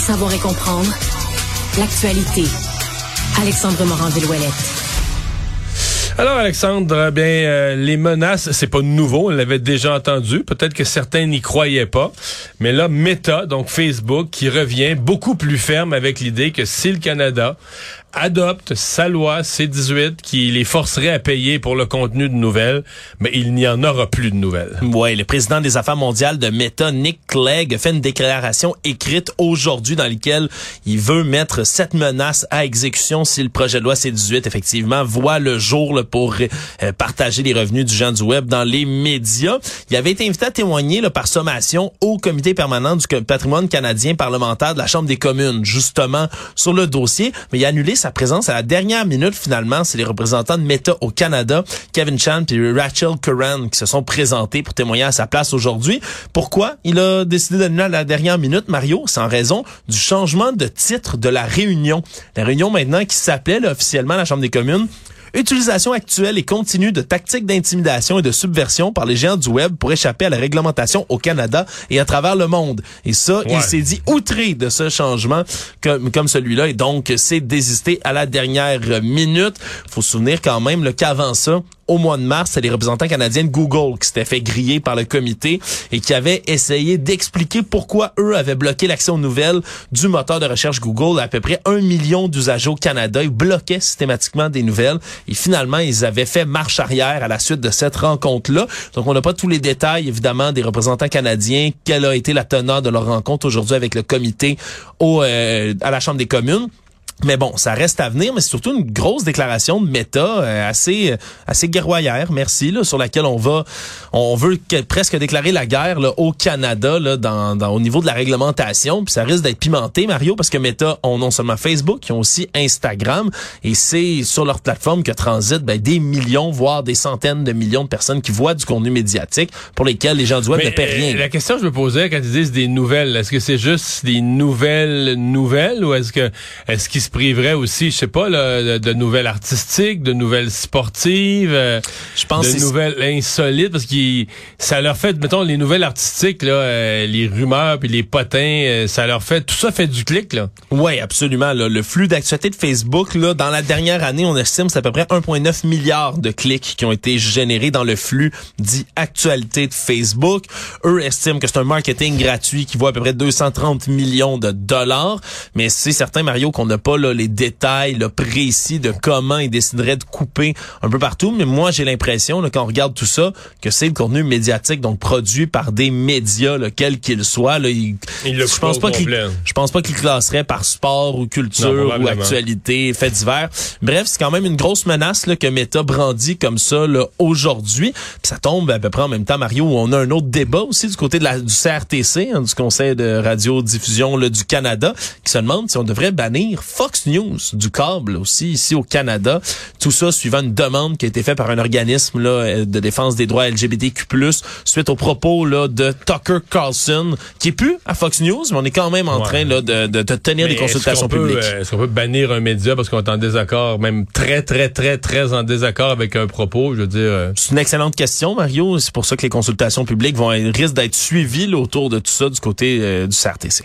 Savoir et comprendre l'actualité. Alexandre Morin-Villouellette. Alors Alexandre, les menaces, c'est pas nouveau, on l'avait déjà entendu, peut-être que certains n'y croyaient pas, mais là Meta, donc Facebook, qui revient beaucoup plus ferme avec l'idée que si le Canada adopte sa loi C-18 qui les forcerait à payer pour le contenu de nouvelles, mais il n'y en aura plus de nouvelles. Ouais, le président des affaires mondiales de Meta, Nick Clegg, fait une déclaration écrite aujourd'hui dans laquelle il veut mettre cette menace à exécution si le projet de loi C-18 effectivement voit le jour là, pour partager les revenus du gens du web dans les médias. Il avait été invité à témoigner là, par sommation au comité permanent du patrimoine canadien parlementaire de la Chambre des communes, justement sur le dossier, mais il a annulé sa présence à la dernière minute finalement. C'est les représentants de Meta au Canada, Kevin Chan et Rachel Curran, qui se sont présentés pour témoigner à sa place aujourd'hui. Pourquoi il a décidé d'annuler à la dernière minute, Mario? C'est en raison du changement de titre de la réunion. La réunion maintenant qui s'appelait là, officiellement la Chambre des communes utilisation actuelle et continue de tactiques d'intimidation et de subversion par les géants du web pour échapper à la réglementation au Canada et à travers le monde. Et ça, il s'est dit outré de ce changement comme celui-là et donc s'est désisté à la dernière minute. Faut se souvenir quand même qu'avant ça, au mois de mars, c'est les représentants canadiens de Google qui s'étaient fait griller par le comité et qui avaient essayé d'expliquer pourquoi eux avaient bloqué l'accès aux nouvelles du moteur de recherche Google à peu près 1 million d'usagers au Canada. Ils bloquaient systématiquement des nouvelles et finalement, ils avaient fait marche arrière à la suite de cette rencontre-là. Donc, on n'a pas tous les détails, évidemment, des représentants canadiens. Quelle a été la teneur de leur rencontre aujourd'hui avec le comité à la Chambre des communes. Mais bon, ça reste à venir, mais c'est surtout une grosse déclaration de Meta assez guerroyère, merci, là, sur laquelle on veut presque déclarer la guerre là, au Canada là, au niveau de la réglementation. Puis ça risque d'être pimenté, Mario, parce que Meta ont non seulement Facebook, ils ont aussi Instagram, et c'est sur leur plateforme que transitent des millions, voire des centaines de millions de personnes qui voient du contenu médiatique pour lesquels les gens du web ne paient rien. La question que je me posais quand ils disent des nouvelles, est-ce que c'est juste des nouvelles ou est-ce qu'ils se priveraient aussi, je sais pas, là, de nouvelles artistiques, de nouvelles sportives, je pense de nouvelles insolites, parce que ça leur fait, mettons, les nouvelles artistiques, là, les rumeurs puis les potins, ça leur fait, tout ça fait du clic, là. Ouais, absolument. Là, le flux d'actualité de Facebook, là, dans la dernière année, on estime c'est à peu près 1,9 milliard de clics qui ont été générés dans le flux dit actualité de Facebook. Eux estiment que c'est un marketing gratuit qui vaut à peu près 230 millions de dollars, mais c'est certain, Mario, qu'on n'a pas là, les détails là, précis de comment ils décideraient de couper un peu partout, mais moi j'ai l'impression là, quand on regarde tout ça que c'est le contenu médiatique donc produit par des médias là, quels qu'ils soient là, je pense pas qu'ils classeraient par sport ou culture ou actualité, faits divers. Bref, c'est quand même une grosse menace là, que Meta brandit comme ça là, aujourd'hui. Puis ça tombe à peu près en même temps, Mario, où on a un autre débat aussi du côté du CRTC, du Conseil de radiodiffusion là, du Canada, qui se demande si on devrait bannir Fox News du câble aussi ici au Canada. Tout ça suivant une demande qui a été faite par un organisme là, de défense des droits LGBTQ+, suite aux propos là, de Tucker Carlson, qui est plus à Fox News, mais on est quand même en train là, de tenir des consultations publiques. Est-ce qu'on peut bannir un média parce qu'on est en désaccord, même très, très, très, très en désaccord avec un propos, je veux dire... C'est une excellente question, Mario. C'est pour ça que les consultations publiques risquent d'être suivies là, autour de tout ça du côté du CRTC.